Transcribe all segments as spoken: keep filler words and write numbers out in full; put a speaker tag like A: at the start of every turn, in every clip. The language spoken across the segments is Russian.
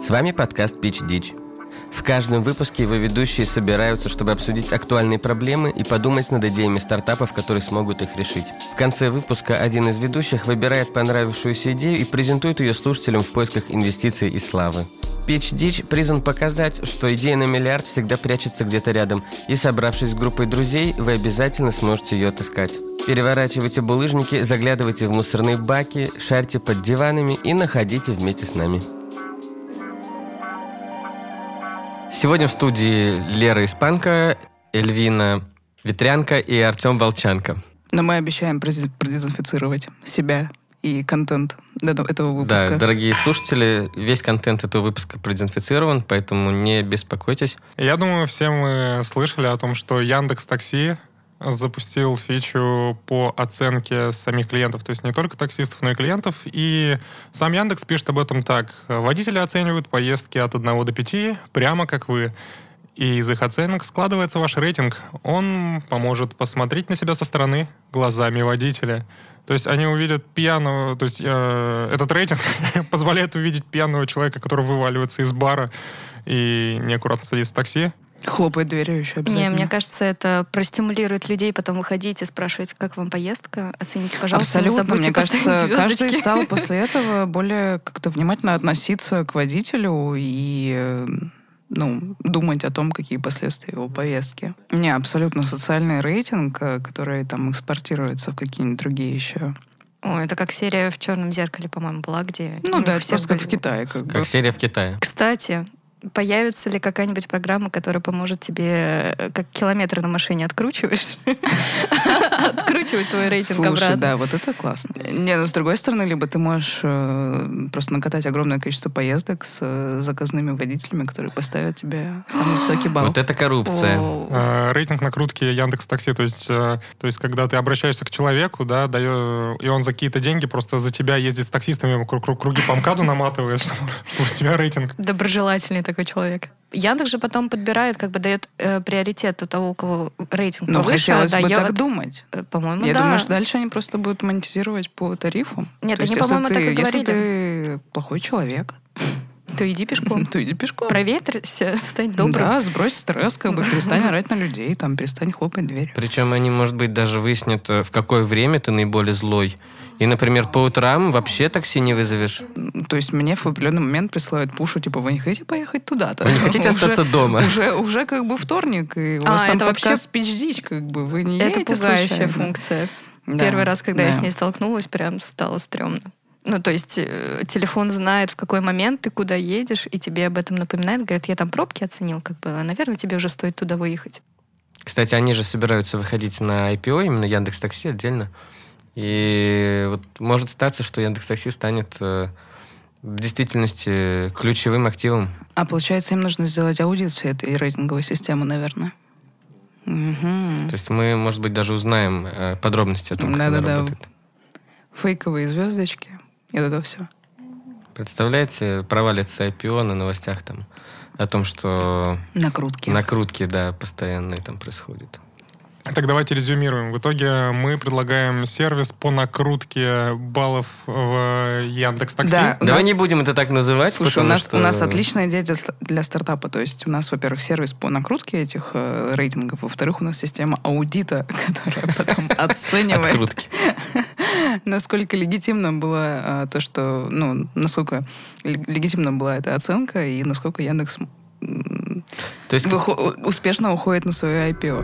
A: С вами подкаст Pitch Ditch. В каждом выпуске его ведущие собираются, чтобы обсудить актуальные проблемы и подумать над идеями стартапов, которые смогут их решить. В конце выпуска один из ведущих выбирает понравившуюся идею и презентует ее слушателям в поисках инвестиций и славы. Pitch Ditch призван показать, что идея на миллиард всегда прячется где-то рядом, и, собравшись с группой друзей, вы обязательно сможете ее отыскать. Переворачивайте булыжники, заглядывайте в мусорные баки, шарьте под диванами и находите вместе с нами. Сегодня в студии Лера Испанка, Эльвина Ветрянка и Артем Волчанко.
B: Но мы обещаем продезинфицировать себя и контент этого выпуска.
A: Да, дорогие слушатели, весь контент этого выпуска продезинфицирован, поэтому не беспокойтесь.
C: Я думаю, все мы слышали о том, что Яндекс.Такси запустил фичу по оценке самих клиентов, то есть не только таксистов, но и клиентов. И сам Яндекс пишет об этом так. Водители оценивают поездки от одного до пяти, прямо как вы. И из их оценок складывается ваш рейтинг. Он поможет посмотреть на себя со стороны глазами водителя. То есть они увидят пьяного... То есть э, этот рейтинг позволяет увидеть пьяного человека, который вываливается из бара и неаккуратно садится в такси.
B: Хлопает дверью еще обязательно.
D: Не, мне кажется, это простимулирует людей потом выходить и спрашивать, как вам поездка, оцените, пожалуйста.
B: Абсолютно, мне кажется, каждый
D: звездочки.
B: стал после этого более как-то внимательно относиться к водителю и ну, думать о том, какие последствия его поездки. Не, абсолютно социальный рейтинг, который там экспортируется в какие-нибудь другие еще.
D: О, это как серия в «Черном зеркале», по-моему, была, где...
B: Ну да, это просто
D: были...
B: как в Китае. Как,
A: как
B: бы.
A: серия в Китае.
D: Кстати, появится ли какая-нибудь программа, которая поможет тебе, как километры на машине откручиваешь, откручивать твой рейтинг обратно?
B: Слушай, да, вот это классно. Не, ну с другой стороны, либо ты можешь э, просто накатать огромное количество поездок с э, заказными водителями, которые поставят тебе самый высокий балл.
A: Вот это коррупция.
C: Э, рейтинг накрутки Яндекс.Такси, то есть, э, то есть когда ты обращаешься к человеку, да, дает, и он за какие-то деньги просто за тебя ездит с таксистами, круги по МКАДу наматывает, чтобы у тебя рейтинг.
D: Доброжелательный такой человек. Яндекс же потом подбирает, как бы дает э, приоритет у того, у кого рейтинг
B: Но
D: повыше.
B: хотелось
D: а
B: бы
D: дает,
B: так думать.
D: э, По-моему,
B: Я
D: да.
B: думаю, что дальше они просто будут монетизировать по тарифу.
D: Нет,
B: То
D: они,
B: есть,
D: по-моему,
B: если
D: так
B: ты,
D: и говорили.
B: Если ты плохой человек,
D: То иди пешком.
B: то иди пешком.
D: Проветрься, стань добрым.
B: Да, сбрось стресс, как бы перестань орать на людей, там, перестань хлопать дверью.
A: Причем они, может быть, даже выяснят, в какое время ты наиболее злой. И, например, по утрам вообще такси не вызовешь.
B: То есть мне в определенный момент присылают пушу, типа, вы не хотите поехать туда-то?
A: Вы не хотите остаться дома?
B: Уже, уже как бы вторник, и у вас
D: А,
B: там
D: это
B: подкаст Pitch Ditch, как бы, вы не
D: Это
B: едете
D: пугающая
B: случайно?
D: функция.
B: Да,
D: Первый раз, когда
B: да.
D: я с ней столкнулась, прям стало стрёмно. Ну, то есть э, телефон знает, в какой момент ты куда едешь, и тебе об этом напоминает. Говорит, я там пробки оценил, как бы, наверное, тебе уже стоит туда выехать.
A: Кстати, они же собираются выходить на ай пи о, именно Яндекс.Такси отдельно. И вот может статься, что Яндекс.Такси станет э, в действительности ключевым активом.
B: А получается, им нужно сделать аудит всей этой рейтинговой системы, наверное. Угу.
A: То есть мы, может быть, даже узнаем э, подробности о том, как она
B: Да-да-да.
A: работает.
B: Фейковые звездочки и вот это все.
A: Представляете, провалится ай пи о на новостях там о том, что
B: Накрутки.
A: накрутки, да, постоянные там происходят.
C: Так давайте резюмируем. В итоге мы предлагаем сервис по накрутке баллов в Яндекс.Такси.
B: Да. У
A: Давай
B: нас-
A: не будем это так называть,
B: Слушай, у
A: потому
B: нас,
A: что...
B: у нас отличная идея для, для стартапа. То есть у нас, во-первых, сервис по накрутке этих э, рейтингов, во-вторых, у нас система аудита, которая потом оценивает,
A: Открутки.
B: насколько легитимно было э, то, что... Ну, насколько л- легитимна была эта оценка и насколько Яндекс м,
A: То есть
B: выхо- успешно уходит на свое ай пи о.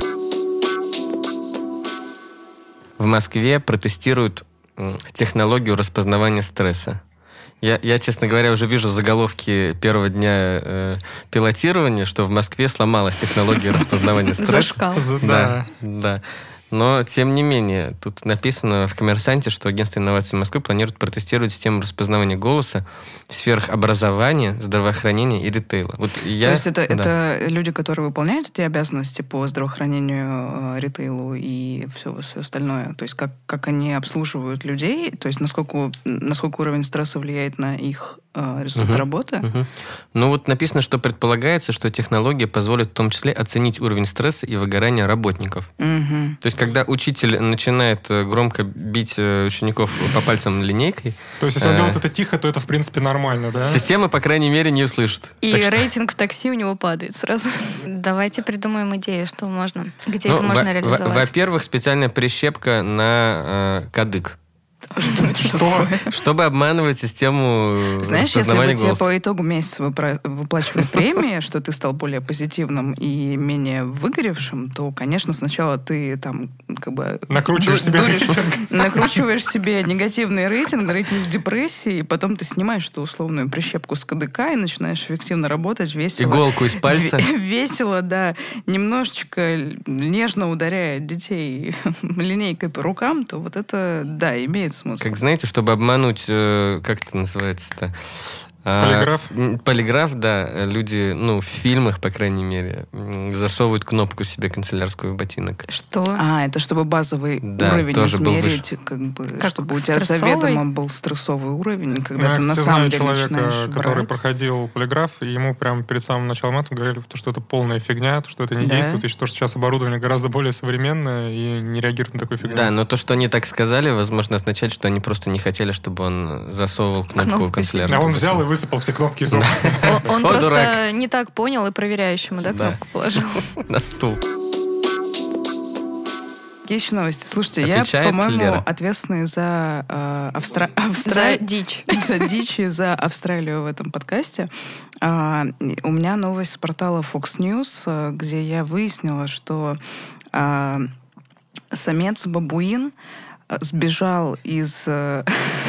A: в Москве протестируют м, технологию распознавания стресса. Я, я, честно говоря, уже вижу заголовки первого дня э, пилотирования, что в Москве сломалась технология распознавания стресса.
D: Зашкал.
A: Да, да. Но, тем не менее, тут написано в «Коммерсанте», что Агентство инноваций Москвы планирует протестировать систему распознавания голоса в сферах образования, здравоохранения и ритейла. Вот я,
B: То есть это,
A: да.
B: это люди, которые выполняют эти обязанности по здравоохранению, э, ритейлу и все, все остальное? То есть как, как они обслуживают людей? То есть насколько, насколько уровень стресса влияет на их э, результат
A: Мгм.
B: работы?
A: Мгм. Ну вот написано, что предполагается, что технология позволит в том числе оценить уровень стресса и выгорания работников.
B: Мгм.
A: То есть когда учитель начинает громко бить учеников по пальцам линейкой...
C: То есть, если он делает это тихо, то это, в принципе, нормально, да?
A: Система, по крайней мере, не услышит.
D: И
A: Так что-
D: рейтинг в такси у него падает сразу. Давайте придумаем идею, что можно, где
A: Ну,
D: это можно
A: во-
D: реализовать.
A: во- Во-первых, специальная прищепка на э, кадык.
C: Что?
A: Чтобы обманывать систему
B: Знаешь, если бы
A: распознавания
B: тебе
A: голоса.
B: по итогу месяца выпра- выплачивали премии, что ты стал более позитивным и менее выгоревшим, то, конечно, сначала ты там как бы...
C: Накручиваешь
B: ду-
C: себе
B: дуришь,
C: рейтинг.
B: накручиваешь себе негативный рейтинг, рейтинг депрессии, и потом ты снимаешь эту условную прищепку с кадыка и начинаешь эффективно работать, весело.
A: Иголку из пальца.
B: Ве- Весело, да. Немножечко нежно ударяя детей линейкой по рукам, то вот это, да, имеет смысл.
A: Как знаете, чтобы обмануть, э, как это называется-то? А,
C: Полиграф?
A: м, полиграф, да. Люди, ну, в фильмах, по крайней мере, м, засовывают кнопку себе канцелярскую в ботинок.
D: Что?
B: А, это чтобы базовый
A: Да,
B: уровень
A: тоже был
B: измерить, как бы,
D: Как
B: чтобы у тебя
D: стрессовый?
B: заведомо был стрессовый уровень, когда
C: Ну, я,
B: ты на
C: кстати,
B: самом
C: знаю
B: деле
C: человека,
B: начинаешь
C: который
B: брать.
C: проходил полиграф, и ему прямо перед самым началом этого говорили, что это полная фигня, что это не
B: Да.
C: действует, и что сейчас оборудование гораздо более современное и не реагирует на такую фигню.
A: Да, но то, что они так сказали, возможно, означает, что они просто не хотели, чтобы он засовывал кнопку
D: Кнопку
A: в канцелярскую.
C: А он
A: ботинок.
C: взял и высыпал все кнопки из окна.
D: Он, он
A: О,
D: просто
A: дурак.
D: не так понял и проверяющему, да,
A: Да.
D: кнопку положил.
A: На стул.
B: Какие еще новости? Слушайте,
A: Отвечает
B: я, по-моему,
A: Лера.
B: ответственный за э, Австра...
D: За
B: Австра...
D: дичь.
B: за дичь и за Австралию в этом подкасте. А, у меня новость с портала Fox News, а, где я выяснила, что а, самец-бабуин а, сбежал из а,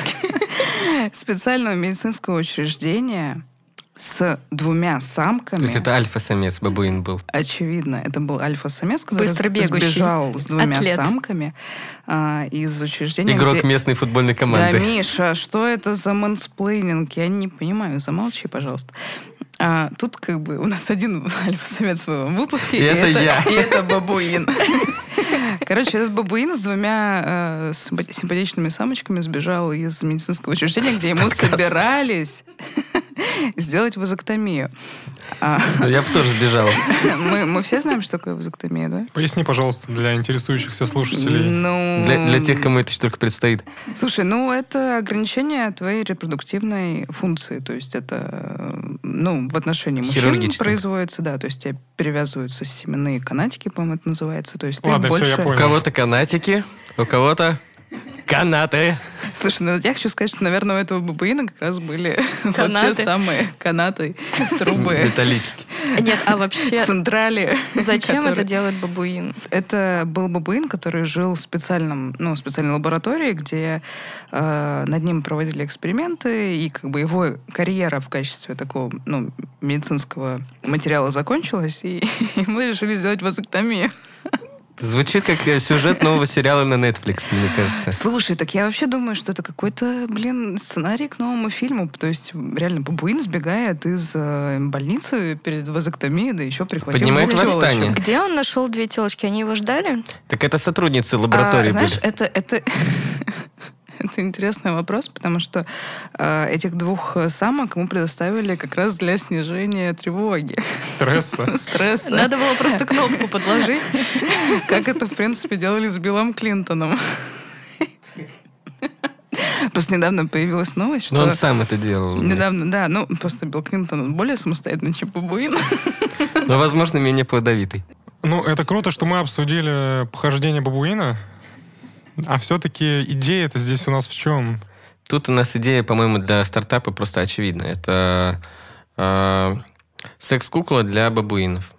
B: специального медицинского учреждения с двумя самками.
A: То есть это альфа-самец бабуин был.
B: Очевидно, это был альфа-самец, который
D: Быстро бегущий.
B: сбежал с двумя
D: Атлет.
B: самками а, из учреждения,
A: Игрок
B: где...
A: местной футбольной
B: Да,
A: команды.
B: Миша, что это за мэнсплейнинг? Я не понимаю, замолчи, пожалуйста. А, тут как бы у нас один альфа-самец в выпуске.
A: И это я.
B: И это бабуин. Короче, этот бабуин с двумя э, симпа- симпатичными самочками сбежал из медицинского учреждения, где ему собирались сделать вазоктомию. А,
A: Ну, я бы тоже сбежал.
B: мы, мы все знаем, что такое вазоктомия, да?
C: Поясни, пожалуйста, для интересующихся слушателей.
B: Ну,
A: Для, для тех, кому это еще только предстоит.
B: Слушай, ну это ограничение твоей репродуктивной функции. То есть это, э, ну, в отношении мужчин
A: Хирургично.
B: производится, да. То есть тебе перевязываются семенные канатики, по-моему, это называется. То есть
C: Ладно,
B: ты
C: всё, я
B: больше...
C: понял.
A: У кого-то канатики, у кого-то канаты.
B: Слушай, ну я хочу сказать, что, наверное, у этого бабуина как раз были вот те
D: Канаты.
B: самые канаты, трубы,
A: Металлические.
D: Нет, а вообще,
B: централи.
D: зачем это
B: которые-
D: делает бабуин?
B: Это был бабуин, который жил в специальном, ну, специальной лаборатории, где э, над ним проводили эксперименты, и как бы его карьера в качестве такого, ну, медицинского материала закончилась, и мы решили сделать вазоктомию.
A: Звучит как э, сюжет нового сериала на Netflix, мне кажется.
B: Слушай, так я вообще думаю, что это какой-то, блин, сценарий к новому фильму. То есть реально бабуин сбегает из э, больницы перед вазоктомией, да еще прихватил
A: Поднимает
B: двух тёлочек.
A: восстание.
D: Где он нашел две телочки? Они его ждали?
A: Так это сотрудницы лаборатории
B: А, знаешь,
A: были.
B: это, это, это интересный вопрос, потому что э, этих двух самок мы предоставили как раз для снижения тревоги,
C: Стресса.
B: стресса.
D: Надо было просто кнопку подложить.
B: Как это, в принципе, делали с Биллом Клинтоном. Просто недавно появилась новость, что...
A: Но он сам это делал.
B: Недавно, да, ну, просто Билл Клинтон он более самостоятельный, чем бабуин.
A: Но, возможно, менее плодовитый.
C: Ну, это круто, что мы обсудили похождение бабуина, а все-таки идея-то здесь у нас в чем?
A: Тут у нас идея, по-моему, для стартапа просто очевидна. Это э, секс-кукла для бабуинов.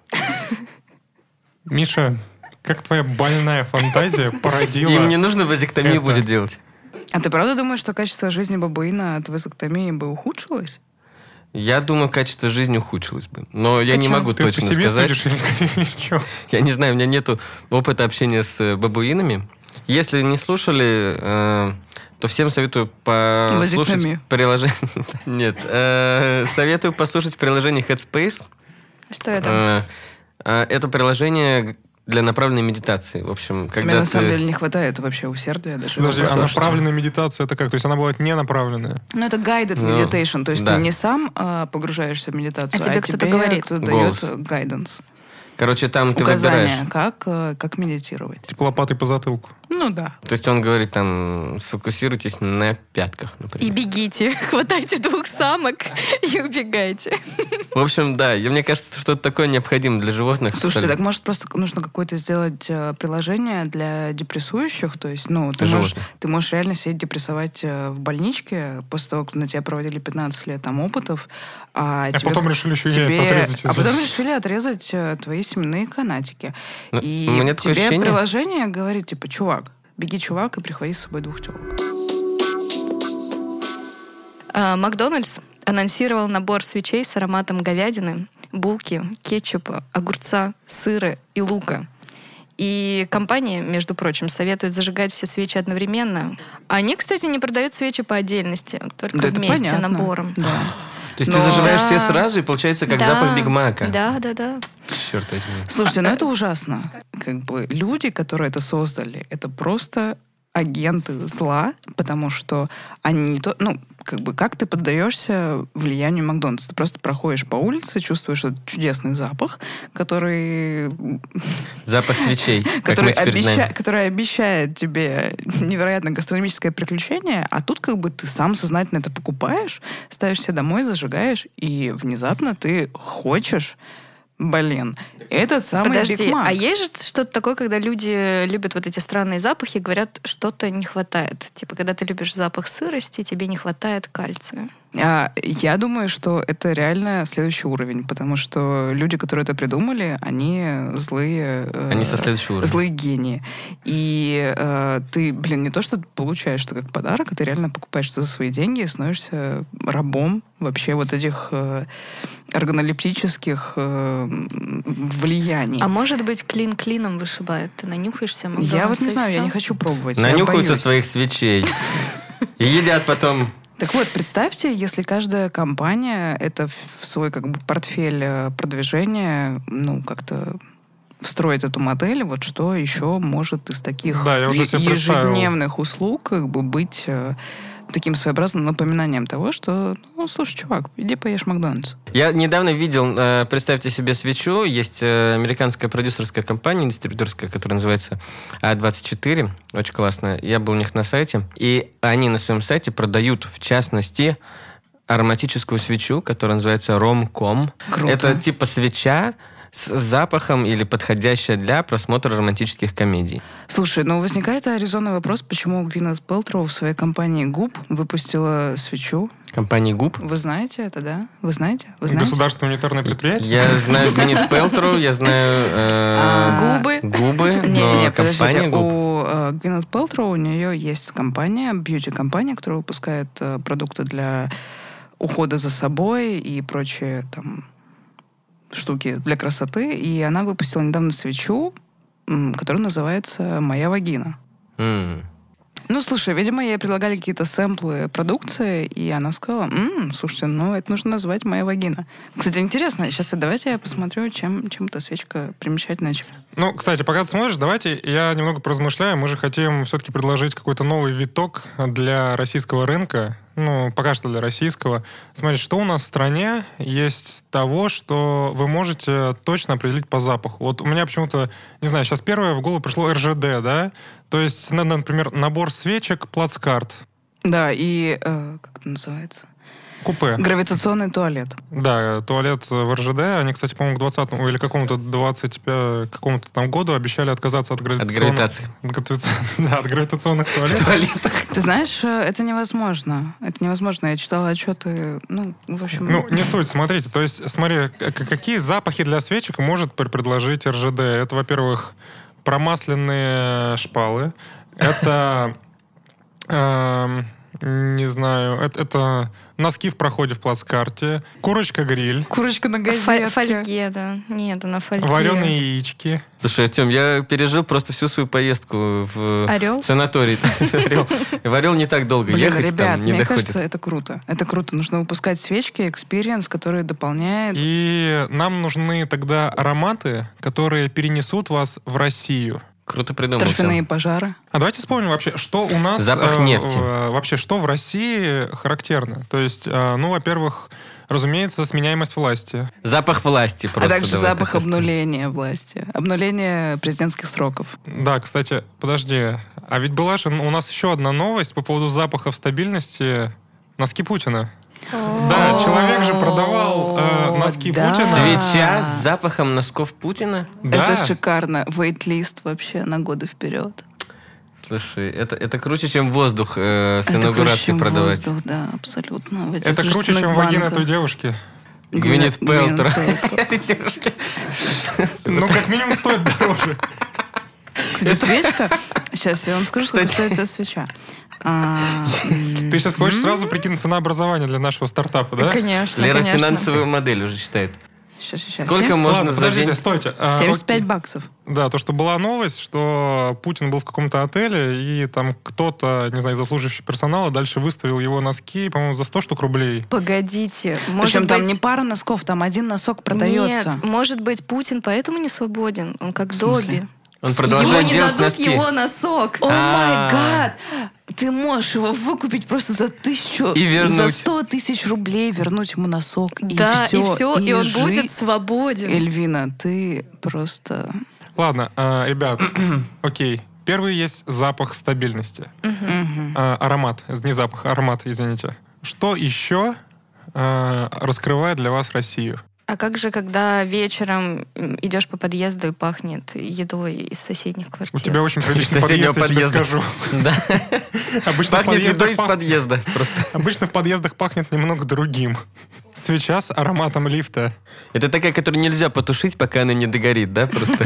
C: Миша, как твоя больная фантазия породила...
A: Им не нужно вазоктомию
C: это.
A: будет делать.
B: А ты правда думаешь, что качество жизни бабуина от вазоктомии бы ухудшилось?
A: Я думаю, качество жизни ухудшилось бы. Но я не
B: Почему?
A: могу
C: Ты по
A: точно
C: себе
A: сказать.
C: судишь или, или что?
A: Я не знаю, у меня нету опыта общения с э, бабуинами. Если не слушали, э, то всем советую послушать
B: Вазоктомию.
A: приложение... Нет. э, Советую послушать приложение Headspace.
D: Что это?
A: Э, э, Это приложение для направленной медитации. В общем,
B: Мне
A: когда
B: на самом
A: ты...
B: деле не хватает вообще усердия даже.
C: Подожди, а
B: послушать.
C: направленная медитация это как? То есть она бывает не направленная?
B: Ну, это guided
A: Ну,
B: meditation, то есть
A: да.
B: ты не сам а, погружаешься в медитацию,
D: А тебе
B: а
D: кто-то
B: тебе
D: говорит.
B: кто-то
A: Голос.
B: дает guidance.
A: Короче, там ты
B: указания,
A: выбираешь.
B: как, э, как медитировать.
C: Типа лопатой по затылку.
B: Ну да.
A: То есть он говорит там, сфокусируйтесь на пятках, например.
D: И бегите, хватайте двух самок и убегайте.
A: В общем, да, и мне кажется, что-то такое необходимо для животных.
B: Слушайте, так может просто нужно какое-то сделать э, приложение для депрессующих, то есть, ну, ты
A: Животных.
B: можешь, ты можешь реально сидеть депрессовать э, в больничке после того, как на тебя проводили пятнадцать лет там опытов, а,
C: А
B: тебе-
C: потом решили еще
B: тебе-
C: яйца отрезать. из
B: а потом
C: зубов.
B: решили отрезать э, твои семенные канатики.
A: Ну,
B: И
A: у меня такое
B: тебе
A: ощущение-
B: приложение говорит, типа, чувак, беги, чувак, и прихвати с собой двух телок.
D: А, Макдональдс анонсировал набор свечей с ароматом говядины, булки, кетчупа, огурца, сыра и лука. И компания, между прочим, советует зажигать все свечи одновременно. Они, кстати, не продают свечи по отдельности, только
B: Да, это
D: вместе
B: понятно.
D: набором.
B: Да.
A: То есть
B: Но-
A: ты зажигаешь
D: Да.
A: все сразу, и получается как
D: Да,
A: запах Биг Мака.
D: Да, да, да.
A: Черт возьми.
B: Слушайте, ну это ужасно. Как бы люди, которые это создали, это просто агенты зла, потому что они не то... Ну, как бы, как ты поддаешься влиянию Макдональдса? Ты просто проходишь по улице, чувствуешь этот чудесный запах, который...
A: Запах свечей, как
B: который,
A: мы теперь
B: обеща-
A: знаем.
B: который обещает тебе невероятно гастрономическое приключение, а тут как бы ты сам сознательно это покупаешь, ставишь себе домой, зажигаешь, и внезапно ты хочешь, блин, этот самый
D: Подожди,
B: Биг Мак.
D: а есть же что-то такое, когда люди любят вот эти странные запахи, говорят, что-то не хватает? Типа, когда ты любишь запах сырости, тебе не хватает кальция.
B: А, я думаю, что это реально следующий уровень, потому что люди, которые это придумали, они злые... э,
A: Они со следующего уровня.
B: Злые гении. И э, ты, блин, не то, что пполучаешь это как подарок, а ты реально покупаешь это за свои деньги и становишься рабом вообще вот этих э, органолептических э, влияний.
D: А может быть, клин клином вышибает? Ты нанюхаешься, Макдональдса,
B: Я вот не
D: и
B: знаю, я
D: всё?
B: не хочу пробовать. я
A: Нанюхаются
B: боюсь.
A: своих свечей. И едят потом.
B: Так вот, представьте, если каждая компания это в свой как бы портфель э, продвижения, ну, как-то встроит эту модель, вот что еще может из таких
C: Да, я уже
B: е-
C: себе представил.
B: ежедневных услуг как бы быть э, таким своеобразным напоминанием того, что, ну, слушай, чувак, иди поешь Макдональдс.
A: Я недавно видел, э, представьте себе свечу, есть э, американская продюсерская компания, дистрибьюторская, которая называется а двадцать четыре, очень классная. Я был у них на сайте, и они на своем сайте продают, в частности, ароматическую свечу, которая называется Ромком.
B: Круто.
A: Это типа свеча с запахом или подходящая для просмотра романтических комедий.
B: Слушай, ну возникает резонный вопрос, почему Гвинет Пэлтроу в своей компании Губ выпустила свечу.
A: Компании Губ.
B: Вы знаете это, да? Вы знаете? Вы знаете?
C: Государственное унитарное предприятие?
A: Я знаю Гвинет Пэлтроу, я знаю э,
B: А,
D: Губы.
A: губы, но
B: Не-не-не,
A: компания
B: подождите.
A: Губ.
B: У э, Гвинет Пэлтроу у нее есть компания, бьюти-компания, которая выпускает э, продукты для ухода за собой и прочие там штуки для красоты. И она выпустила недавно свечу, м, которая называется «Моя вагина».
A: М.
B: Ну, слушай, видимо, ей предлагали какие-то сэмплы продукции, и она сказала, «М, слушайте, ну, это нужно назвать «Моя вагина». Кстати, интересно, сейчас давайте я посмотрю, чем, чем эта свечка примечательная. чем-
C: Ну, кстати, пока ты смотришь, давайте я немного поразмышляю. Мы же хотим все-таки предложить какой-то новый виток для российского рынка. Ну, пока что для российского. Смотрите, что у нас в стране есть того, что вы можете точно определить по запаху. Вот у меня почему-то, не знаю, сейчас первое в голову пришло эр жэ дэ, да? То есть, надо, например, набор свечек, плацкарт,
B: Да, и, э, как это называется?
C: купе.
B: Гравитационный туалет.
C: Да, туалет в эр жэ дэ. Они, кстати, по-моему, к двадцатому или какому-то двадцать пятому какому-то там году обещали отказаться от
A: От
C: гравитационных...
A: гравитации.
C: От гравитационных- Да, от гравитационных
A: В
C: туалетов.
A: туалетах.
B: Ты знаешь, э, это невозможно. Это невозможно. Я читала отчеты, ну, в общем...
C: Ну, не суть, смотрите. То есть, смотри, к- какие запахи для свечек может пр- предложить эр жэ дэ? Это, во-первых, промасленные шпалы. Это... эм, не знаю, это, это носки в проходе в плацкарте, курочка-гриль,
B: Курочка на
D: Фо-
B: газетке.
D: Фольге, да. Нет, на фольге.
C: вареные яички.
A: Слушай, Артем, я пережил просто всю свою поездку в
D: Орел?
A: санаторий. Орел. И в Орел не так долго
B: Блин,
A: ехать,
B: ребят,
A: там не
B: мне
A: доходит.
B: кажется, это круто. Это круто. Нужно выпускать свечки, экспириенс, который дополняет...
C: И нам нужны тогда ароматы, которые перенесут вас в Россию.
A: Круто придумал.
B: Торфяные
A: всё.
B: пожары.
C: А давайте вспомним вообще, что у нас...
A: Запах
C: э,
A: нефти.
C: э, вообще, что в России характерно. То есть, э, ну, во-первых, разумеется, сменяемость власти.
A: Запах власти просто.
B: А также
A: давай
B: запах
A: так оставим.
B: обнуления власти. Обнуление президентских сроков.
C: Да, кстати, подожди. А ведь была же у нас еще одна новость по поводу запахов стабильности. Носки Путина. Да, человек же продавал э, носки
B: Да.
C: Путина.
A: Свеча с запахом носков Путина?
C: Да.
B: Это шикарно. Вейт-лист вообще на годы вперед.
A: Слушай, это, это круче, чем воздух э, с
B: Это круче,
A: инаугурации
B: чем
A: продавать.
B: воздух, да, абсолютно. В этих
C: Это круче,
B: жестяных
C: чем вагина
B: банках.
C: той девушки.
A: Гвинет
B: Гвинет
A: Пэлтер.
B: Пэлтер.
A: Этой девушки.
C: Ну, как минимум, стоит дороже.
B: Кстати, свечка... Сейчас я вам скажу, сколько
A: Кстати.
B: стоит эта свеча. А, м,
C: Ты сейчас хочешь сразу прикинуть ценообразование для нашего стартапа, да?
D: Конечно,
A: Лера
D: конечно.
A: финансовую модель уже считает.
B: Щас, щас, щас.
A: Сколько
B: семьдесят
A: можно
C: Ладно,
A: за
C: подождите,
A: день?
C: стойте. А,
B: семьдесят пять
C: окей.
B: баксов.
C: Да, то, что была новость, что Путин был в каком-то отеле, и там кто-то, не знаю, из обслуживающего персонала дальше выставил его носки, по-моему, за сто штук рублей.
D: Погодите. Может
B: Причем там
D: быть...
B: не пара носков, там один носок продается.
D: Нет, может быть, Путин поэтому не свободен. Он как
B: В смысле?
D: Добби.
A: Он
D: Ему
A: продолжает
D: не
A: делать
D: дадут
A: носки.
D: его носок.
B: О май
A: А.
B: гад! Ты можешь его выкупить просто за тысячу,
A: И вернуть.
B: за сто тысяч рублей, вернуть ему носок.
D: Да, и все, и, он
B: жи-
D: будет свободен.
B: Эльвина, ты просто...
C: Ладно, а, ребят, окей. Первый есть запах стабильности.
B: Мгм.
C: А, аромат, не запах, аромат, извините. Что еще а, раскрывает для вас Россию?
D: А как же, когда вечером м, идешь по подъезду и пахнет едой из соседних квартир?
C: У тебя очень приличный
A: Из соседнего
C: подъезд, я тебе
A: подъезда.
C: скажу.
A: Да.
C: Обычно в
A: Пахнет едой
C: подъездах
A: из
C: пах-
A: подъезда. Просто.
C: Обычно в подъездах пахнет немного другим. Свеча с ароматом лифта.
A: Это такая, которую нельзя потушить, пока она не догорит, да, просто?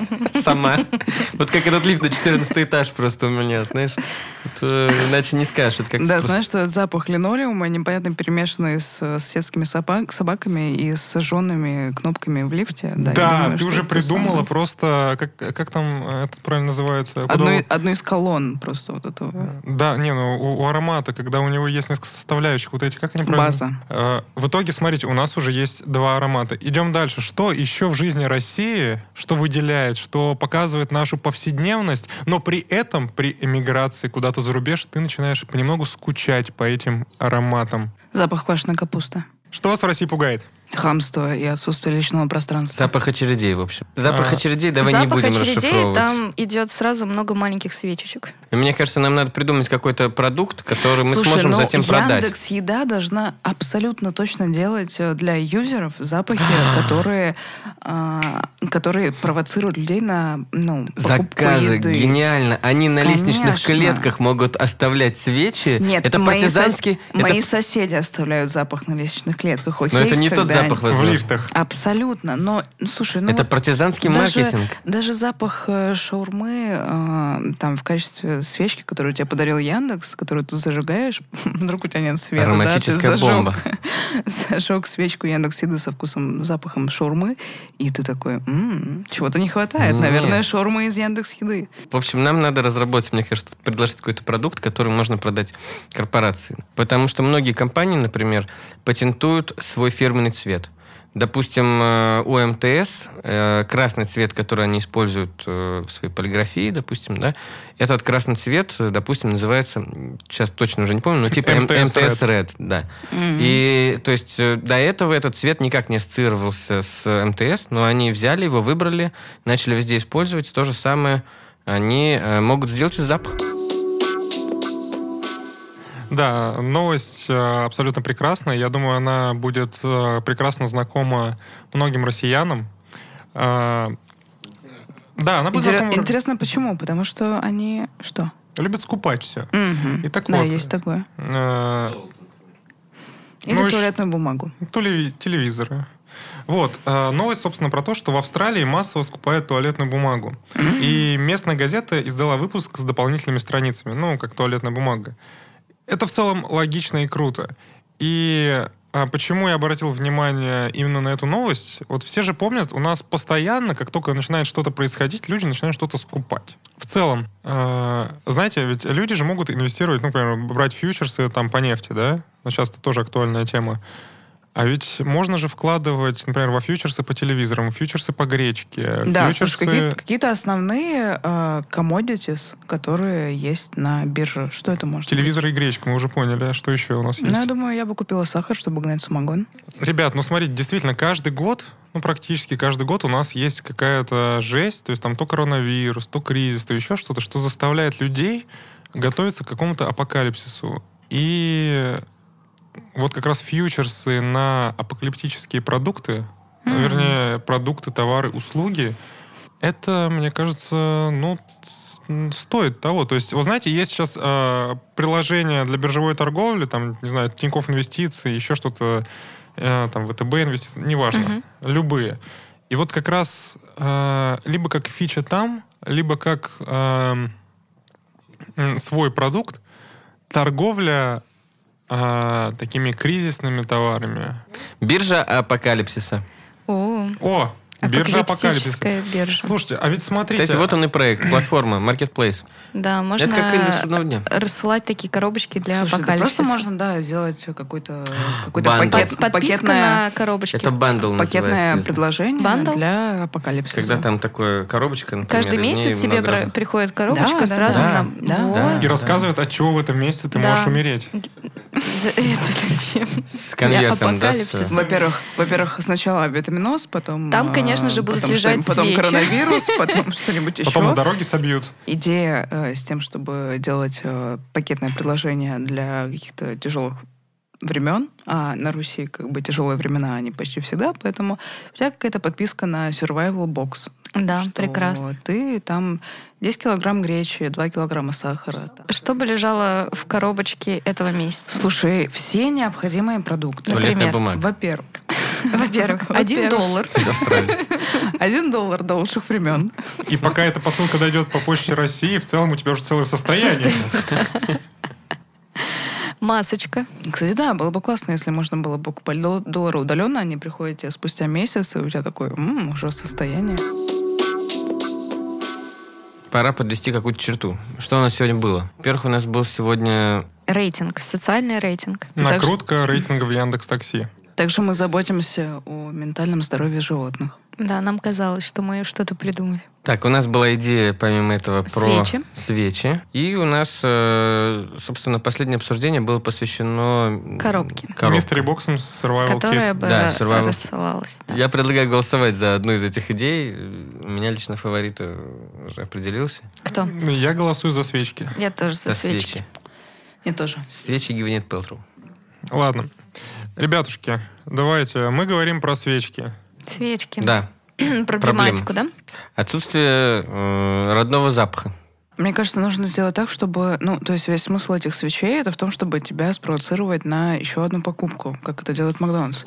A: Сама. Вот как этот лифт на четырнадцатый этаж просто у меня, знаешь. Это, иначе не скажешь. Это как
B: Да,
A: просто-
B: знаешь, что это запах линолеума, непонятно перемешанный с э, соседскими собак, собаками и с сожженными кнопками в лифте. Да, я
C: Да,
B: думаю,
C: ты
B: что
C: уже
B: это
C: придумала
B: самое.
C: просто... Как, как там э, это правильно называется? Куда
B: Одну,
C: вы-
B: одну из колонн просто вот этого.
C: Да, не, ну у, у аромата, когда у него есть несколько составляющих, вот эти, как они правильно?
B: База.
C: Э, в итоге, смотрите, у нас уже есть два аромата. Идем дальше. Что еще в жизни России, что выделяет, что показывает нашу повседневность, но при этом, при эмиграции куда-то за рубеж, ты начинаешь понемногу скучать по этим ароматам.
B: Запах квашеной капусты.
C: Что вас в России пугает?
B: Хамство и отсутствие личного пространства.
A: Запах очередей, в общем. Запах
C: А.
A: очередей давай
D: Запах
A: не будем
D: очередей,
A: расшифровывать.
D: там идет сразу много маленьких свечечек.
A: И мне кажется, нам надо придумать какой-то продукт, который мы
B: Слушай,
A: сможем
B: ну,
A: затем продать.
B: Яндекс Еда должна абсолютно точно делать э, для юзеров запахи, которые, а, которые провоцируют людей на ну, покупку
A: Заказы,
B: еды.
A: гениально. Они на лестничных
B: Конечно.
A: клетках могут оставлять свечи.
B: Нет,
A: это
B: мои,
A: партизанский...
B: сос- мои
A: это...
B: соседи оставляют запах на лестничных клетках. Окей,
A: Но это не тот
B: когда
A: запах,
B: они-
C: В
A: возможно.
C: лифтах.
B: Абсолютно. Но, ну, слушай, ну
A: Это
B: вот
A: партизанский
B: даже,
A: маркетинг.
B: даже запах э, шаурмы э, там в качестве свечки, которую тебе подарил Яндекс, которую ты зажигаешь, вдруг у тебя нет света, да, ты
A: Ароматическая
B: зажег,
A: бомба.
B: зажег свечку Яндекс Еды со вкусом, запахом шаурмы, и ты такой, «М, чего-то не хватает,
A: Не.
B: наверное, шаурмы из Яндекс Еды».
A: В общем, нам надо разработать, мне кажется, предложить какой-то продукт, который можно продать корпорации. Потому что многие компании, например, патентуют свой фирменный цвет. Допустим, э, у МТС э, красный цвет, который они используют э, в своей полиграфии, допустим, да, этот красный цвет, э, допустим, называется, сейчас точно уже не помню, но типа М-
C: МТС
A: МТС Red, да.
B: Мгм.
A: И, то есть, э, до этого этот цвет никак не ассоциировался с МТС, но они взяли его, выбрали, начали везде использовать. То же самое они э, могут сделать и запах.
C: Да, новость э, абсолютно прекрасная. Я думаю, она будет э, прекрасно знакома многим россиянам. Э, да, она будет
B: Интерес-
C: знакома...
B: Интересно, почему? Потому что они что?
C: Любят скупать все.
B: Мгм.
C: И так
B: да,
C: вот.
B: есть такое.
C: Э,
B: Или
C: Ну, ещё-
B: туалетную бумагу.
C: Телеви- телевизоры. Вот. э, Новость, собственно, про то, что в Австралии массово скупают туалетную бумагу. И местная газета издала выпуск с дополнительными страницами, ну, как туалетная бумага. Это в целом логично и круто. И а, почему я обратил внимание именно на эту новость? Вот все же помнят, у нас постоянно, как только начинает что-то происходить, люди начинают что-то скупать. В целом, э, знаете, ведь люди же могут инвестировать, ну, например, брать фьючерсы там по нефти, да? Но сейчас это тоже актуальная тема. А ведь можно же вкладывать, например, во фьючерсы по телевизорам, фьючерсы по гречке.
B: Да,
C: фьючерсы...
B: слушай, какие-то, какие-то основные э, commodities, которые есть на бирже. Что это может
C: Телевизор
B: быть?
C: и гречка, мы уже поняли. А что еще у нас есть?
B: Ну, я думаю, я бы купила сахар, чтобы гнать самогон.
C: Ребят, ну смотрите, действительно, каждый год, ну практически каждый год у нас есть какая-то жесть, то есть там то коронавирус, то кризис, то еще что-то, что заставляет людей готовиться к какому-то апокалипсису. И вот как раз фьючерсы на апокалиптические продукты, mm-hmm. вернее, продукты, товары, услуги, это, мне кажется, ну, стоит того. То есть, вы знаете, есть сейчас э, приложения для биржевой торговли, там, не знаю, Тинькофф Инвестиции, еще что-то, э, там, ВТБ Инвестиции, неважно, mm-hmm. любые. И вот как раз э, либо как фича там, либо как э, свой продукт, торговля а, такими кризисными товарами.
A: Биржа апокалипсиса.
D: О,
C: О, биржа апокалипсиса.
D: апокалиптическая биржа.
C: Слушайте, а ведь смотрите...
A: Кстати, вот он и проект, платформа, marketplace.
D: Да, можно
A: Это как индекс судного дня.
D: рассылать такие коробочки для
B: Слушай, да
D: апокалипсиса.
B: просто можно, да, сделать какой-то, какой-то
A: Бандл.
B: пакет,
D: Под- подписка
B: пакетное,
D: на коробочки.
A: Это бандл
B: пакетное
A: называется.
B: предложение
D: Бандл?
B: для апокалипсиса.
A: Когда там такая коробочка, например,
D: Каждый
A: и в ней
D: месяц тебе
A: много
D: про-
A: разных.
D: приходит коробочка
B: Да,
D: с
B: да,
D: разным...
A: да.
D: нам-
B: Да,
D: Вот.
A: да.
C: И рассказывает, от чего в этом месяце ты
D: Да.
C: можешь умереть.
D: Это зачем?
A: С конвертом, да? с-
D: апокалипсиса.
B: Во-первых, во-первых, сначала витаминоз, потом...
D: Там, конечно
B: а,
D: же, будут
B: потом
D: лежать
B: что-нибудь- Потом
D: свечи.
B: коронавирус, потом что-нибудь еще.
C: Потом на дороге собьют.
B: Идея э, с тем, чтобы делать э, пакетное предложение для каких-то тяжелых времен, а на Руси как бы тяжелые времена, они почти всегда, поэтому у тебя какая-то подписка на survival box.
D: Да,
B: что
D: прекрасно.
B: Ты там десять килограмм гречи, два килограмма сахара. там.
D: Что бы лежало в коробочке этого месяца?
B: Слушай, все необходимые продукты.
A: Туалетная
D: Например,
A: бумага.
B: Во-первых,
D: Во-первых, один
B: Во-первых.
D: доллар.
A: Из Австралии.
B: один доллар до лучших времен.
C: И пока эта посылка дойдет по почте России, в целом у тебя уже целое состояние.
D: Масочка.
B: Кстати, да, было бы классно, если можно было бы покупать дол- доллары удаленно, они приходят тебе спустя месяц, и у тебя такое, м, уже состояние.
A: Пора подвести какую-то черту. Что у нас сегодня было? Во-первых, у нас был сегодня...
D: Рейтинг. Социальный рейтинг.
C: Накрутка рейтинга в Яндекс.Такси.
B: Также мы заботимся о ментальном здоровье животных.
D: Да, нам казалось, что мы что-то придумали.
A: Так, у нас была идея, помимо этого, про
D: Свечи.
A: свечи. И у нас, э, собственно, последнее обсуждение было посвящено...
D: Коробке.
A: коробкам.
C: Мистери Боксом Survival
D: Которая
C: Kit.
D: бы
A: Да, survival.
D: рассылалась. да.
A: Я предлагаю голосовать за одну из этих идей. У меня лично фаворит уже определился.
D: Кто?
C: Я голосую за свечки.
D: Я тоже за
A: За
D: свечки.
A: свечи.
B: Я тоже.
A: Свечи Гвинет Пэлтроу.
C: Ладно. Ребятушки, давайте, мы говорим про свечки.
D: Свечки.
A: Да.
D: Проблематику, да?
A: Отсутствие э, родного запаха.
B: Мне кажется, нужно сделать так, чтобы... Ну, то есть весь смысл этих свечей это в том, чтобы тебя спровоцировать на еще одну покупку, как это делает Макдональдс.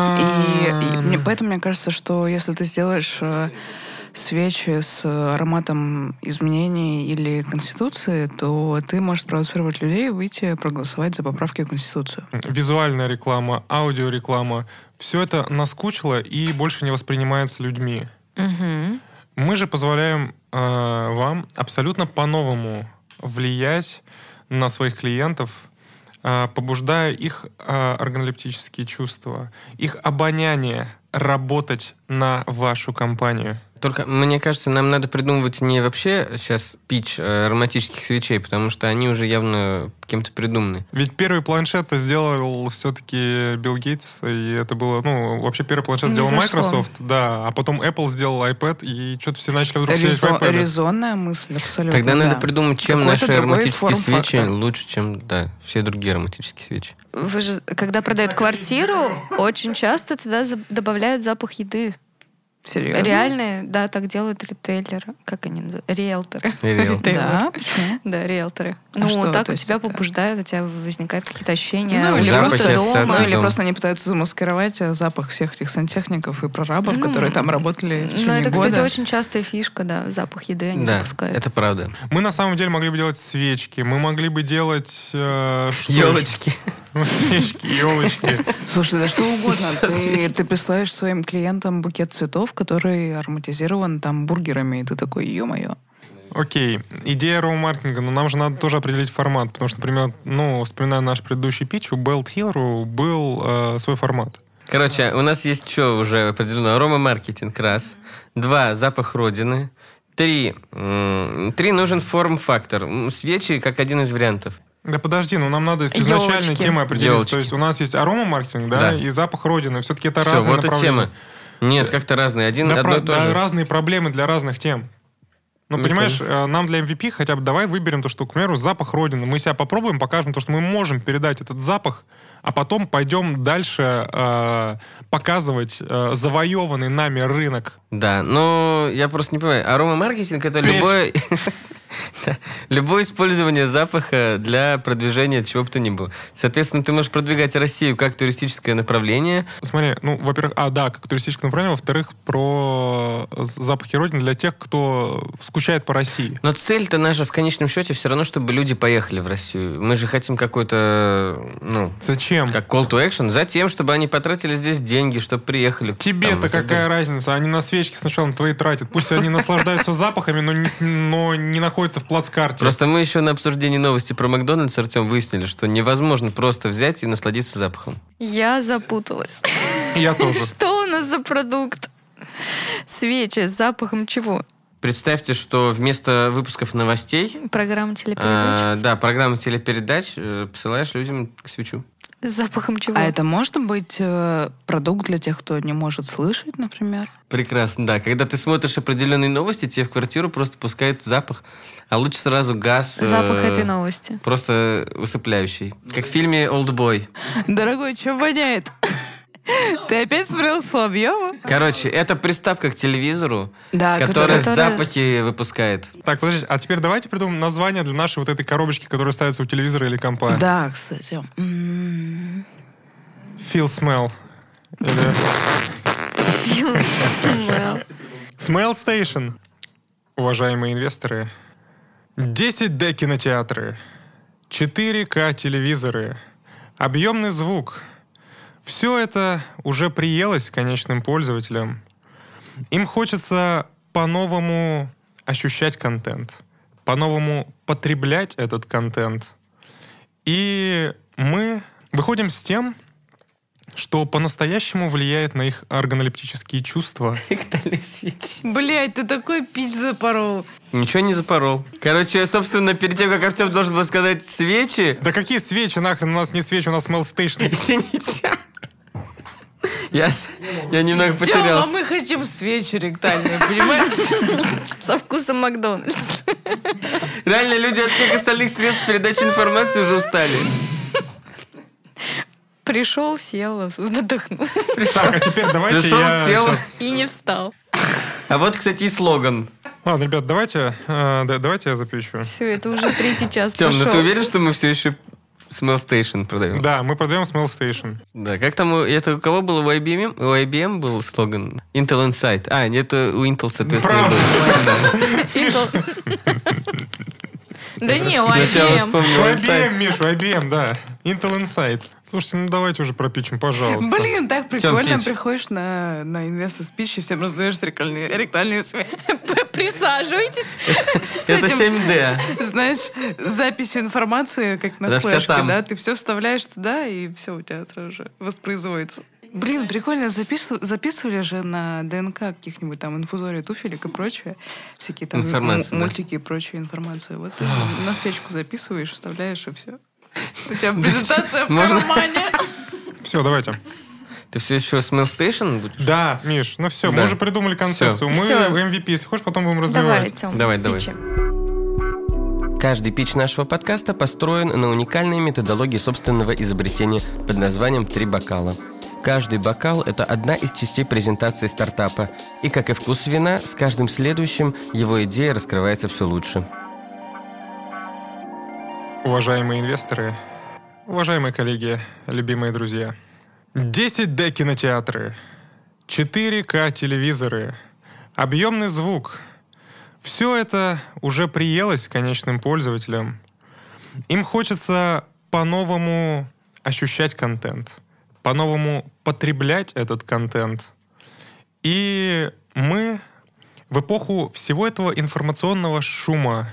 B: И, и мне- поэтому мне кажется, что если ты сделаешь э, свечи с ароматом изменений или Конституции, то ты можешь спровоцировать людей выйти проголосовать за поправки в Конституцию.
C: Визуальная реклама, аудиореклама. Все это наскучило и больше не воспринимается людьми.
D: Угу.
C: Мы же позволяем э, вам абсолютно по-новому влиять на своих клиентов, э, побуждая их э, органолептические чувства, их обоняние работать на вашу компанию.
A: Только, мне кажется, нам надо придумывать не вообще сейчас пич э, ароматических свечей, потому что они уже явно кем-то придуманы.
C: Ведь первый планшет сделал все-таки Билл Гейтс, и это было, ну, вообще первый планшет
B: Не
C: сделал
B: зашло.
C: Microsoft, да, а потом Apple сделал iPad, и что-то все начали вдруг сидеть в
B: Резон-
C: iPad.
B: резонная мысль, абсолютно.
A: Тогда
B: да.
A: надо придумать, чем
B: Какой-то
A: наши
B: другой
A: ароматические
B: форм-фактор.
A: свечи лучше, чем да, все другие ароматические свечи.
D: Вы же, когда продают квартиру, очень часто туда за- добавляют запах еды.
B: Серьезно?
D: Реальные, да, так делают ритейлеры. Как они называются? Риэлторы.
A: Риэлторы.
D: Ритейлеры.
B: Да, почему?
D: Да, риэлторы.
B: А
D: Ну,
B: что,
D: так
B: то
D: у
B: есть
D: тебя
B: это-
D: побуждают, у тебя возникают какие-то ощущения.
B: Ну,
D: или
B: или
A: запахи,
B: просто
A: ассоциации
B: дома,
A: с
B: ну, или
A: домом.
B: просто они пытаются замаскировать э, запах всех этих сантехников и прорабов,
D: Ну,
B: которые там работали в
D: Ну,
B: течение
D: это,
B: года.
D: кстати, очень частая фишка, да, запах еды они
A: Да,
D: запускают.
A: это правда.
C: Мы на самом деле могли бы делать свечки, мы могли бы делать... э, что
A: Елочки.
C: еще? Свечки, елочки.
B: Слушай, да что угодно. Ты, ты присылаешь своим клиентам букет цветов, который ароматизирован там бургерами, и ты такой, ё-моё.
C: Окей, идея роу-маркетинга, но нам же надо тоже определить формат, потому что, например, ну, вспоминая наш предыдущий питч, у Belt Hero был э, свой формат.
A: Короче, у нас есть что уже определено? Аромамаркетинг, раз. Два, запах родины. Три, м- три нужен форм-фактор. М, Свечи как один из вариантов.
C: Да подожди, ну нам надо с изначальной
D: Ёлочки.
C: темой определиться.
A: Ёлочки.
C: То есть у нас есть аромамаркетинг, да,
A: Да.
C: и запах родины. Все-таки это
A: Все,
C: разные
A: вот и
C: направления.
A: тема. Нет, как-то разные. Один,
C: Да,
A: одно
C: про-
A: и то
C: да,
A: же.
C: разные проблемы для разных тем. Ну,
A: Не
C: понимаешь, э, нам для эм ви пи хотя бы давай выберем то, что, к примеру, запах родины. Мы себя попробуем, покажем то, что мы можем передать этот запах, а потом пойдем дальше э, показывать э, завоеванный нами рынок.
A: Да, но я просто не понимаю. Аромамаркетинг — это
C: Печь.
A: любое... Да. Любое использование запаха для продвижения чего бы то ни было. Соответственно, ты можешь продвигать Россию как туристическое направление.
C: Смотри, ну, во-первых, а, да, как туристическое направление, во-вторых, про запахи родины для тех, кто скучает по России.
A: Но цель-то наша в конечном счете все равно, чтобы люди поехали в Россию. Мы же хотим какой-то, ну,
C: Зачем?
A: как call to action, за тем, чтобы они потратили здесь деньги, чтобы приехали.
C: Тебе-то
A: Там, и так
C: какая
A: далее.
C: разница? Они на свечки сначала на твои тратят. Пусть они наслаждаются запахами, но не, но не находятся в плацкарте.
A: Просто мы еще на обсуждении новости про Макдональдс, Артем, выяснили, что невозможно просто взять и насладиться запахом.
D: Я запуталась.
C: Я тоже.
D: Что у нас за продукт? Свечи с запахом чего?
A: Представьте, что вместо выпусков новостей,
D: Программа телепередач.
A: а, да, программы телепередач э, посылаешь людям к свечу.
D: С запахом чего?
B: А это может быть э, продукт для тех, кто не может слышать, например?
A: Прекрасно, да. Когда ты смотришь определенные новости, тебе в квартиру просто пускает запах, а лучше сразу газ. э,
D: Запах этой новости.
A: Просто усыпляющий. Как в фильме «Олдбой».
B: Дорогой, что воняет? Ты опять смотрел Соловьева?
A: Короче, это приставка к телевизору,
B: Да,
A: которая
D: которая-
A: запахи выпускает.
C: Так, подождите, а теперь давайте придумаем название для нашей вот этой коробочки, которая ставится у телевизора или компа.
B: Да, кстати. М.
C: Feel Smell. Или
D: Смел.
C: Smell Station. Уважаемые инвесторы, десять дэ кинотеатры, четыре ка телевизоры, объемный звук. Все это уже приелось конечным пользователям. Им хочется по-новому ощущать контент, по-новому потреблять этот контент. И мы выходим с тем, что по-настоящему влияет на их органолептические чувства.
A: Ректальные свечи.
B: Блядь, ты такой пич запорол.
A: Ничего не запорол. Короче, собственно, перед тем, как Артем должен был сказать свечи...
C: Да какие свечи, нахрен, у нас не свечи, у нас Smell Station.
A: Извините. Я, с- я немного
B: Тёма,
A: потерялся.
B: мы хотим свечи ректальные, понимаешь?
D: Со вкусом Макдональдс.
A: Реально, люди от всех остальных средств передачи информации уже устали.
D: Пришел, сел, задохнул.
C: Так, а теперь давайте
A: Пришел,
C: я
A: сел.
C: щас-
D: И не встал.
A: А вот, кстати, и слоган.
C: Ладно, ребят, давайте, э, да- давайте я запишу.
D: Все, это уже третий час
A: Тем, ну
D: пошел.
A: ты уверен, что мы все еще Smell Station продаем?
C: Да, мы продаем Smell Station.
A: Да, как там, у- это у кого было? У ай би эм? У ай би эм был слоган Intel Insight. А, нет, это у Intel, соответственно,
C: Правда.
A: был.
D: Intel. Да не, у
A: Сначала
D: ай би эм.
A: вспомнил
C: У
A: Insight.
C: ай би эм, Миш, у ай би эм, да. Intel Insight. Слушайте, ну давайте уже пропичим, пожалуйста.
B: Блин, так прикольно.
A: пич?
B: Приходишь на, на инвестор спич и всем раздаешь ректальные, ректальные свечи.
D: Присаживайтесь.
B: С
A: Это
B: этим,
A: семь дэ.
B: знаешь, записью информации, как на
A: Да, всё
B: флешке,
A: там.
B: да? Ты все вставляешь туда, и все у тебя сразу же воспроизводится. Блин, прикольно, записыв- записывали же на ДНК каких-нибудь там инфузории, туфелек и прочее. Всякие там м-
A: Информация, да.
B: мультики и прочая информация. Вот ты на свечку записываешь, вставляешь, и все. У тебя презентация в
A: Можно?
B: кармане.
C: Все, давайте.
A: Ты все еще Smell Station будешь?
C: Да, Миш, ну все,
A: Да.
C: мы уже придумали концепцию. Мы
D: Всё.
C: эм ви пи, если хочешь, потом будем
D: Давай,
C: развивать.
D: Тём.
A: Давай, давай.
D: пичи.
A: Каждый пич нашего подкаста построен на уникальной методологии собственного изобретения под названием «Три бокала». Каждый бокал – это одна из частей презентации стартапа. И, как и вкус вина, с каждым следующим его идея раскрывается все лучше.
C: Уважаемые инвесторы, уважаемые коллеги, любимые друзья. десять дэ кинотеатры, четыре ка телевизоры, объемный звук. Все это уже приелось конечным пользователям. Им хочется по-новому ощущать контент, по-новому потреблять этот контент. И мы в эпоху всего этого информационного шума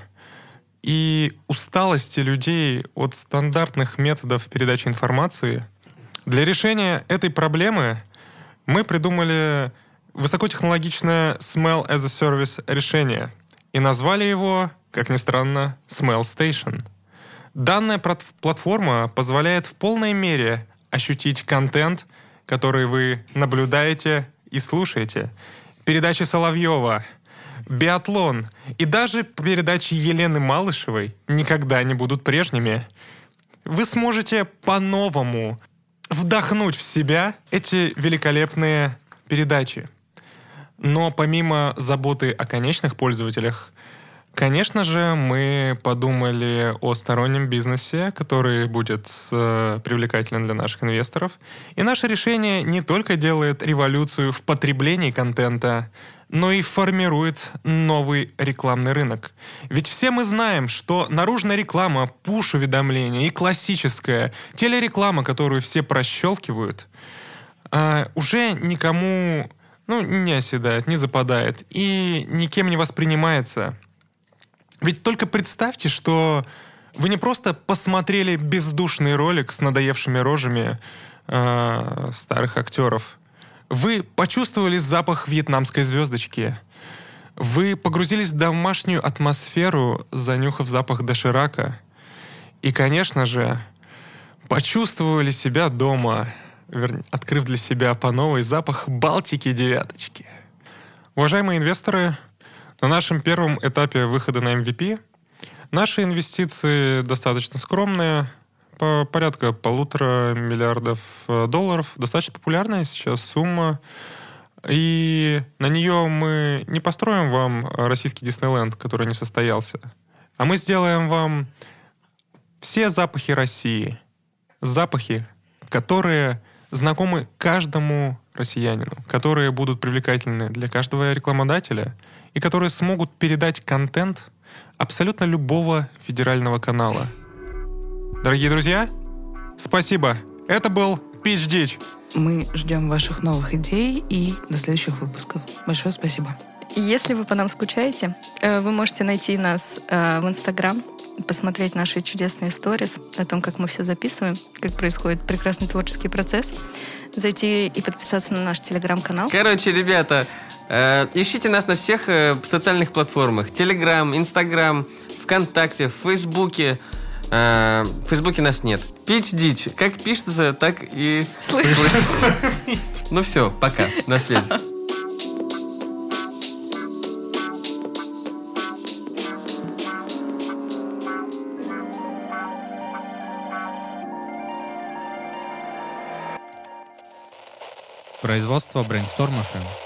C: и усталости людей от стандартных методов передачи информации Для решения этой проблемы мы придумали высокотехнологичное Smell as a Service решение и назвали его, как ни странно, Smell Station. Данная платформа позволяет в полной мере ощутить контент, который вы наблюдаете и слушаете. Передачи Соловьева, биатлон и даже передачи Елены Малышевой никогда не будут прежними. Вы сможете по-новому вдохнуть в себя эти великолепные передачи. Но помимо заботы о конечных пользователях, конечно же, мы подумали о стороннем бизнесе, который будет э, привлекателен для наших инвесторов. И наше решение не только делает революцию в потреблении контента, но и формирует новый рекламный рынок. Ведь все мы знаем, что наружная реклама, пуш-уведомления и классическая телереклама, которую все прощелкивают, э, уже никому ну, не оседает, не западает и никем не воспринимается. Ведь только представьте, что вы не просто посмотрели бездушный ролик с надоевшими рожами э, старых актеров. Вы почувствовали запах вьетнамской звездочки. Вы погрузились в домашнюю атмосферу, занюхав запах доширака. И, конечно же, почувствовали себя дома, вернее, открыв для себя по новой запах Балтики девяточки. Уважаемые инвесторы, на нашем первом этапе выхода на эм ви пи наши инвестиции достаточно скромные, по порядка полутора миллиардов долларов. Достаточно популярная сейчас сумма. И на нее мы не построим вам российский Диснейленд, который не состоялся, а мы сделаем вам все запахи России. Запахи, которые знакомы каждому россиянину, которые будут привлекательны для каждого рекламодателя и которые смогут передать контент абсолютно любого федерального канала. Дорогие друзья, спасибо. Это был Pitch Ditch.
B: Мы ждем ваших новых идей и до следующих выпусков. Большое спасибо.
D: Если вы по нам скучаете, вы можете найти нас в Инстаграм, посмотреть наши чудесные сторис о том, как мы все записываем, как происходит прекрасный творческий процесс, зайти и подписаться на наш Телеграм-канал.
A: Короче, ребята, э, ищите нас на всех э, социальных платформах. Телеграм, Инстаграм, ВКонтакте, в Фейсбуке. Э, в Фейсбуке нас нет. Pitch Ditch. Как пишется, так и
D: слышится.
A: Ну все, пока. На связи.
E: Производство Brainstorm эф эм.